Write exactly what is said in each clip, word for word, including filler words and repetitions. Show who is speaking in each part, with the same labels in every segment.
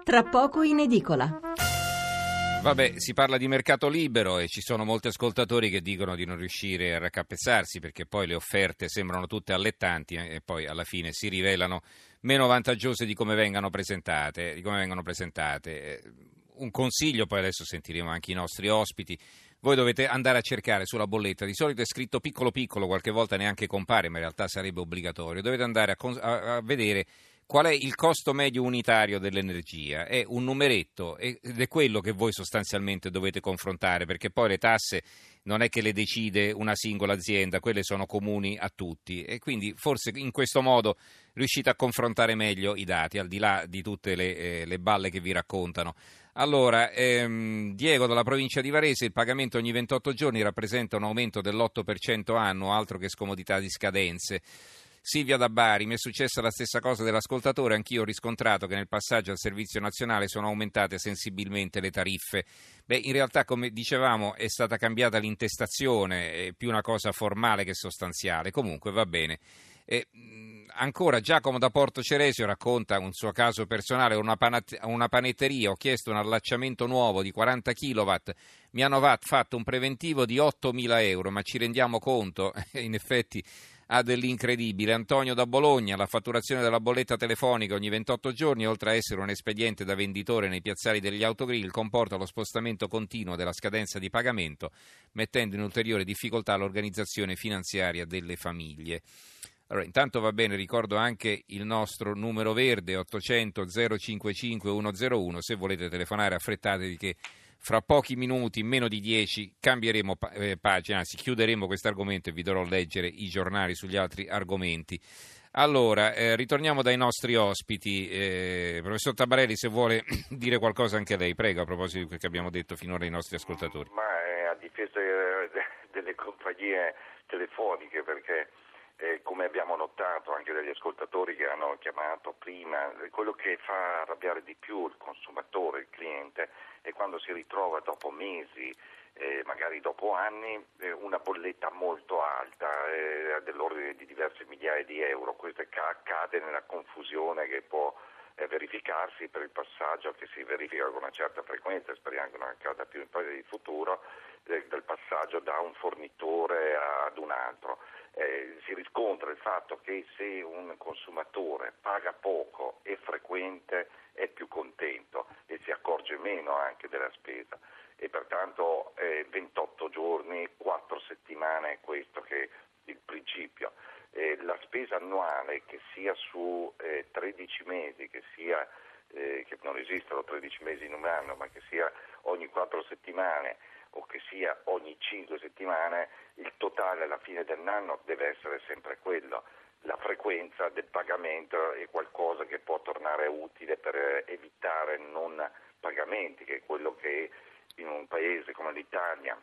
Speaker 1: tra poco in edicola.
Speaker 2: Vabbè, si parla di mercato libero e ci sono molti ascoltatori che dicono di non riuscire a raccapezzarsi perché poi le offerte sembrano tutte allettanti e poi alla fine si rivelano meno vantaggiose di come vengano presentate. Di come vengono presentate. Un consiglio, poi adesso sentiremo anche i nostri ospiti. Voi dovete andare a cercare sulla bolletta, di solito è scritto piccolo piccolo, qualche volta neanche compare, ma in realtà sarebbe obbligatorio. Dovete andare a, cons- a, a vedere qual è il costo medio unitario dell'energia. È un numeretto ed è quello che voi sostanzialmente dovete confrontare, perché poi le tasse non è che le decide una singola azienda, quelle sono comuni a tutti e quindi forse in questo modo riuscite a confrontare meglio i dati, al di là di tutte le, eh, le balle che vi raccontano. Allora, ehm, Diego dalla provincia di Varese, il pagamento ogni ventotto giorni rappresenta un aumento dell'otto per cento annuo, altro che scomodità di scadenze. Silvia da Bari, mi è successa la stessa cosa dell'ascoltatore, anch'io ho riscontrato che nel passaggio al servizio nazionale sono aumentate sensibilmente le tariffe. Beh, in realtà, come dicevamo, è stata cambiata l'intestazione, è più una cosa formale che sostanziale, comunque va bene. E, ancora Giacomo da Porto Ceresio racconta un suo caso personale, una, panat- una panetteria, ho chiesto un allacciamento nuovo di quaranta chilowatt, mi hanno fatto un preventivo di ottomila euro, ma ci rendiamo conto, in effetti ha dell'incredibile. Antonio da Bologna, la fatturazione della bolletta telefonica ogni ventotto giorni, oltre a essere un espediente da venditore nei piazzali degli autogrill, comporta lo spostamento continuo della scadenza di pagamento, mettendo in ulteriore difficoltà l'organizzazione finanziaria delle famiglie. Allora, intanto va bene, ricordo anche il nostro numero verde ottocento zero cinquantacinque centouno, se volete telefonare affrettatevi che fra pochi minuti, in meno di dieci, cambieremo eh, pagina, anzi chiuderemo questo argomento e vi darò a leggere i giornali sugli altri argomenti. Allora, eh, ritorniamo dai nostri ospiti. Eh, professor Tabarelli, se vuole dire qualcosa anche lei, prego, a proposito di quel che abbiamo detto finora ai nostri ascoltatori.
Speaker 3: Ma è a difesa eh, delle compagnie telefoniche, perché eh, come abbiamo notato anche dagli ascoltatori che hanno chiamato prima, quello che fa arrabbiare di più il consumatore, il cliente, è quando si ritrova dopo mesi, eh, magari dopo anni, eh, una bolletta molto alta, eh, dell'ordine di diverse migliaia di euro. Questo accade nella confusione che può eh, verificarsi per il passaggio che si verifica con una certa frequenza, speriamo che non accada più in in futuro, eh, del passaggio da un fornitore ad un altro. Eh, si riscontra il fatto che se un consumatore paga poco e frequente è più contento e si accorge meno anche della spesa e pertanto eh, ventotto giorni, quattro settimane è questo che è il principio. Eh, la spesa annuale, che sia su eh, tredici mesi, che sia eh, che non esistono tredici mesi in un anno, ma che sia ogni quattro settimane o che sia ogni cinque settimane, il totale alla fine dell'anno deve essere sempre quello. La frequenza del pagamento è qualcosa che può tornare utile per evitare non pagamenti, che è quello che in un paese come l'Italia,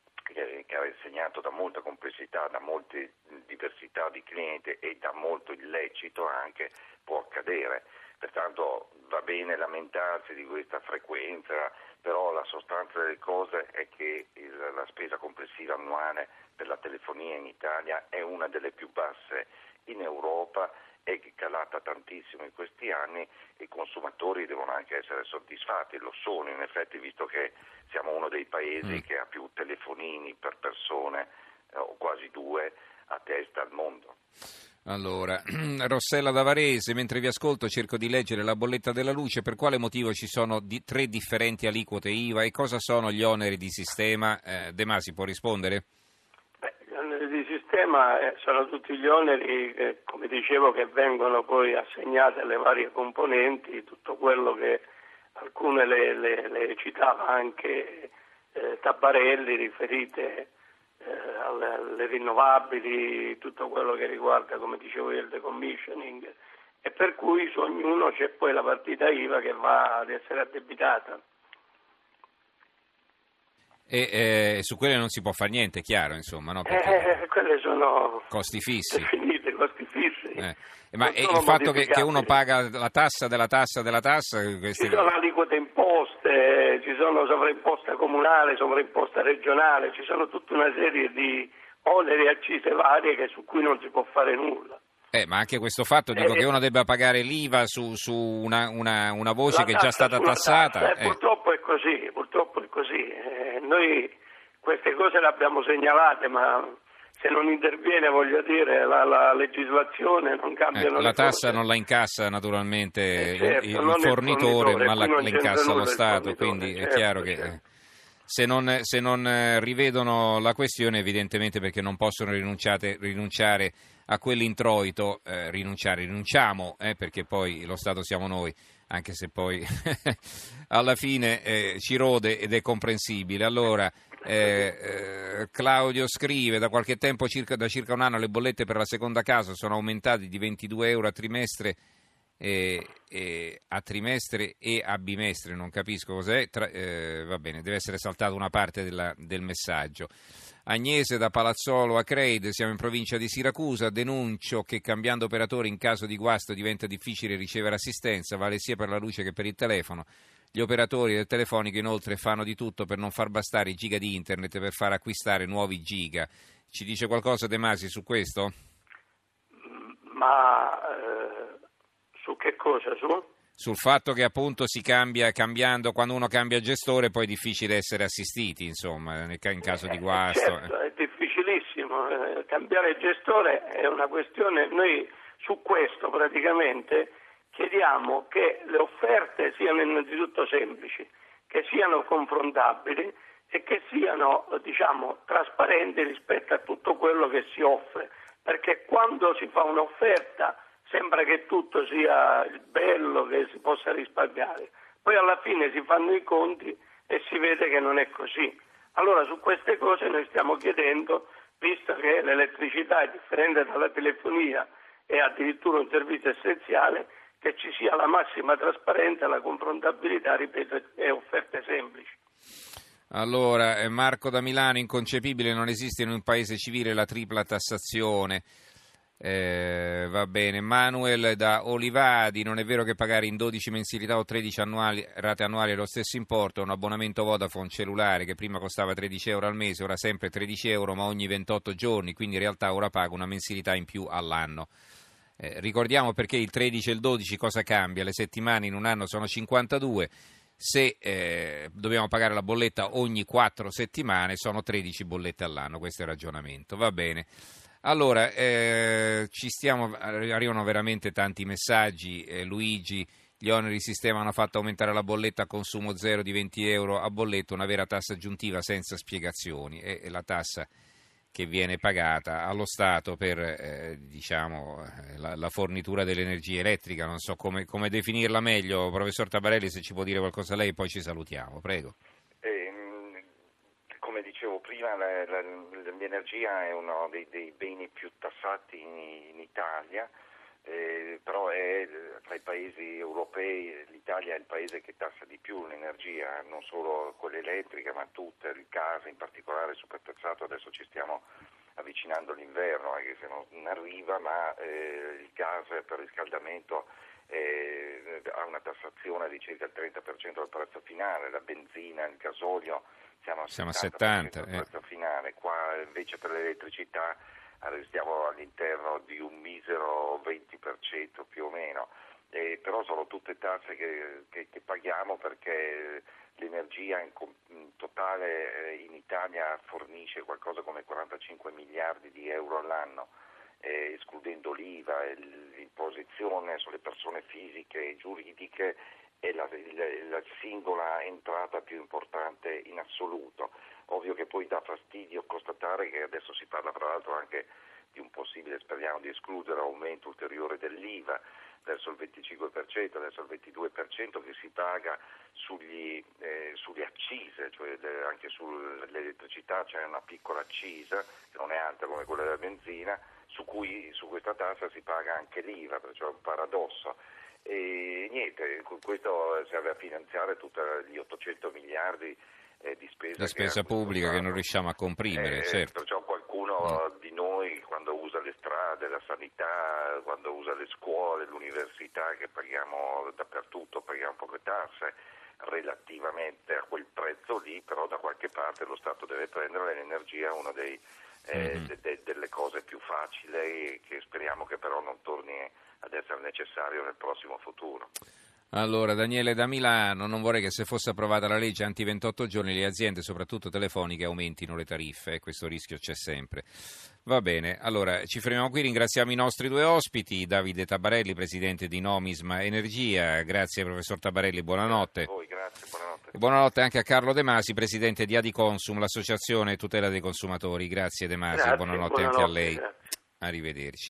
Speaker 3: che è segnato da molta complessità, da molte diversità di clienti e da molto illecito anche, può accadere. Pertanto va bene lamentarsi di questa frequenza, però la sostanza delle cose è che il, la spesa complessiva annuale per la telefonia in Italia è una delle più basse in Europa, è calata tantissimo in questi anni e i consumatori devono anche essere soddisfatti, lo sono in effetti, visto che siamo uno dei paesi mm. che ha più telefonini per persone, eh, o quasi due, a testa al mondo.
Speaker 2: Allora, Rossella da Varese, mentre vi ascolto cerco di leggere la bolletta della luce, per quale motivo ci sono di, tre differenti aliquote I V A e cosa sono gli oneri di sistema? Eh, De Masi può rispondere?
Speaker 4: Beh, gli oneri di sistema eh, sono tutti gli oneri, eh, come dicevo, che vengono poi assegnati alle varie componenti, tutto quello che alcune le, le, le citava anche eh, Tabarelli, riferite Eh, alle, alle rinnovabili, tutto quello che riguarda, come dicevo io, il decommissioning, e per cui su ognuno c'è poi la partita I V A che va ad essere addebitata.
Speaker 2: E eh, su quelle non si può fare niente, chiaro, insomma, no?
Speaker 4: Perché eh, quelle sono
Speaker 2: costi fissi.
Speaker 4: Definite costi fissi.
Speaker 2: Eh. Ma è il fatto che, che uno paga la tassa della tassa della tassa? Questi...
Speaker 4: Ci sono aliquote imposte, ci sono sovraimposta comunale, sovraimposta regionale, ci sono tutta una serie di oneri e accise varie che su cui non si può fare nulla.
Speaker 2: Eh, ma anche questo fatto, dico,
Speaker 4: eh,
Speaker 2: che uno debba pagare l'I V A su, su una, una, una voce che è già stata
Speaker 4: tassata.
Speaker 2: tassata.
Speaker 4: Eh, eh. Purtroppo è così, purtroppo è così. Eh, noi queste cose le abbiamo segnalate, ma se non interviene, voglio dire, la, la legislazione, non cambiano
Speaker 2: Eh,
Speaker 4: le
Speaker 2: la tassa
Speaker 4: cose.
Speaker 2: non la incassa naturalmente
Speaker 4: Eh, certo,
Speaker 2: il, il,
Speaker 4: non
Speaker 2: fornitore,
Speaker 4: il fornitore,
Speaker 2: ma la,
Speaker 4: qui
Speaker 2: la incassa lo Stato, quindi
Speaker 4: certo,
Speaker 2: è chiaro che
Speaker 4: certo.
Speaker 2: eh, se non, se non eh, rivedono la questione, evidentemente perché non possono rinunciare a quell'introito, eh, rinunciare, rinunciamo, eh, perché poi lo Stato siamo noi, anche se poi alla fine eh, ci rode ed è comprensibile. Allora, eh, eh, Claudio scrive: da qualche tempo, circa, da circa un anno, le bollette per la seconda casa sono aumentate di ventidue euro a trimestre, eh, eh, a trimestre e a bimestre, non capisco cos'è, tra, eh, va bene, deve essere saltata una parte della, del messaggio. Agnese da Palazzolo a Creide, siamo in provincia di Siracusa, denuncio che cambiando operatore in caso di guasto diventa difficile ricevere assistenza, vale sia per la luce che per il telefono. Gli operatori del telefonico inoltre fanno di tutto per non far bastare i giga di internet per far acquistare nuovi giga. Ci dice qualcosa De Masi su questo?
Speaker 4: Ma eh, su che cosa? Su?
Speaker 2: Sul fatto che appunto si cambia, cambiando, quando uno cambia gestore poi è difficile essere assistiti, insomma, in caso di guasto.
Speaker 4: Eh, certo, è difficilissimo. Eh, cambiare gestore è una questione, noi su questo praticamente chiediamo che le offerte siano innanzitutto semplici, che siano confrontabili e che siano, diciamo, trasparenti rispetto a tutto quello che si offre, perché quando si fa un'offerta sembra che tutto sia bello, che si possa risparmiare, poi alla fine si fanno i conti e si vede che non è così. Allora su queste cose noi stiamo chiedendo, visto che l'elettricità è differente dalla telefonia e addirittura un servizio essenziale, che ci sia la massima trasparenza, la confrontabilità, ripeto, e offerte semplici.
Speaker 2: Allora, Marco da Milano: inconcepibile, non esiste in un paese civile la tripla tassazione. Eh, va bene. Manuel da Olivadi: non è vero che pagare in dodici mensilità o tredici annuali, rate annuali è lo stesso importo. Un abbonamento Vodafone cellulare che prima costava tredici euro al mese, ora sempre tredici euro ma ogni ventotto giorni, quindi in realtà ora pago una mensilità in più all'anno. Eh, ricordiamo perché il tredici e il dodici cosa cambia: le settimane in un anno sono cinquantadue, se eh, dobbiamo pagare la bolletta ogni quattro settimane sono tredici bollette all'anno. Questo è il ragionamento, va bene. Allora, eh, ci stiamo, arrivano veramente tanti messaggi. eh, Luigi: gli oneri di sistema hanno fatto aumentare la bolletta a consumo zero di venti euro a bolletta, una vera tassa aggiuntiva senza spiegazioni, e, e la tassa che viene pagata allo Stato per eh, diciamo la, la fornitura dell'energia elettrica. Non so come, come definirla meglio. Professor Tabarelli, se ci può dire qualcosa lei, poi ci salutiamo, prego.
Speaker 3: Eh, come dicevo prima, la, la, l'energia è uno dei, dei beni più tassati in, in Italia, eh, però è tra i paesi europei l'Italia è il paese che tassa di più l'energia, non solo quella elettrica ma tutta, il gas in particolare è super tassato. Adesso ci stiamo avvicinando all'inverno, anche se non arriva, ma eh, il gas per riscaldamento eh, ha una tassazione di circa il trenta per cento del prezzo finale, la benzina, il gasolio siamo a
Speaker 2: Siamo
Speaker 3: settanta
Speaker 2: a
Speaker 3: per cento
Speaker 2: settanta
Speaker 3: del prezzo finale. Qua invece per l'elettricità restiamo all'interno di un misero venti per cento più o meno, eh, però sono tutte tasse che, che, che paghiamo perché l'energia in, in totale eh, in Italia fornisce qualcosa come quarantacinque miliardi di euro all'anno, eh, escludendo l'I V A e l'imposizione sulle persone fisiche e giuridiche è la, la, la singola entrata più importante in assoluto. Ovvio che poi dà fastidio constatare che adesso si parla tra l'altro anche di un possibile, speriamo di escludere, aumento ulteriore dell'I V A verso il venticinque per cento, verso il ventidue per cento che si paga sugli, eh, sulle accise, cioè le, anche sull'elettricità c'è una piccola accisa che non è alta come quella della benzina, su cui su questa tassa si paga anche l'I V A, perciò è un paradosso. E niente, questo serve a finanziare tutti gli ottocento miliardi eh, di spesa,
Speaker 2: la spesa
Speaker 3: che
Speaker 2: pubblica che non riusciamo a comprimere,
Speaker 3: eh,
Speaker 2: certo.
Speaker 3: Perciò qualcuno
Speaker 2: mm.
Speaker 3: di noi quando usa le strade, la sanità, quando usa le scuole, l'università, che paghiamo dappertutto, paghiamo poche tasse relativamente a quel prezzo lì, però da qualche parte lo Stato deve prendere. L'energia è uno dei eh,
Speaker 2: mm-hmm.
Speaker 3: de, de, delle cose più facili, che speriamo che però non torni ad essere necessario nel prossimo futuro.
Speaker 2: Allora, Daniele da Milano, non vorrei che se fosse approvata la legge anti ventotto giorni le aziende, soprattutto telefoniche, aumentino le tariffe, eh, questo rischio c'è sempre. Va bene, allora ci fermiamo qui, ringraziamo i nostri due ospiti, Davide Tabarelli, presidente di Nomisma Energia, grazie professor Tabarelli, buonanotte.
Speaker 3: Grazie a voi, grazie, buonanotte.
Speaker 2: E buonanotte anche a Carlo De Masi, presidente di Adiconsum, l'associazione tutela dei consumatori, grazie De Masi,
Speaker 4: Grazie,
Speaker 2: buonanotte,
Speaker 4: buonanotte
Speaker 2: anche a lei,
Speaker 4: grazie.
Speaker 2: arrivederci.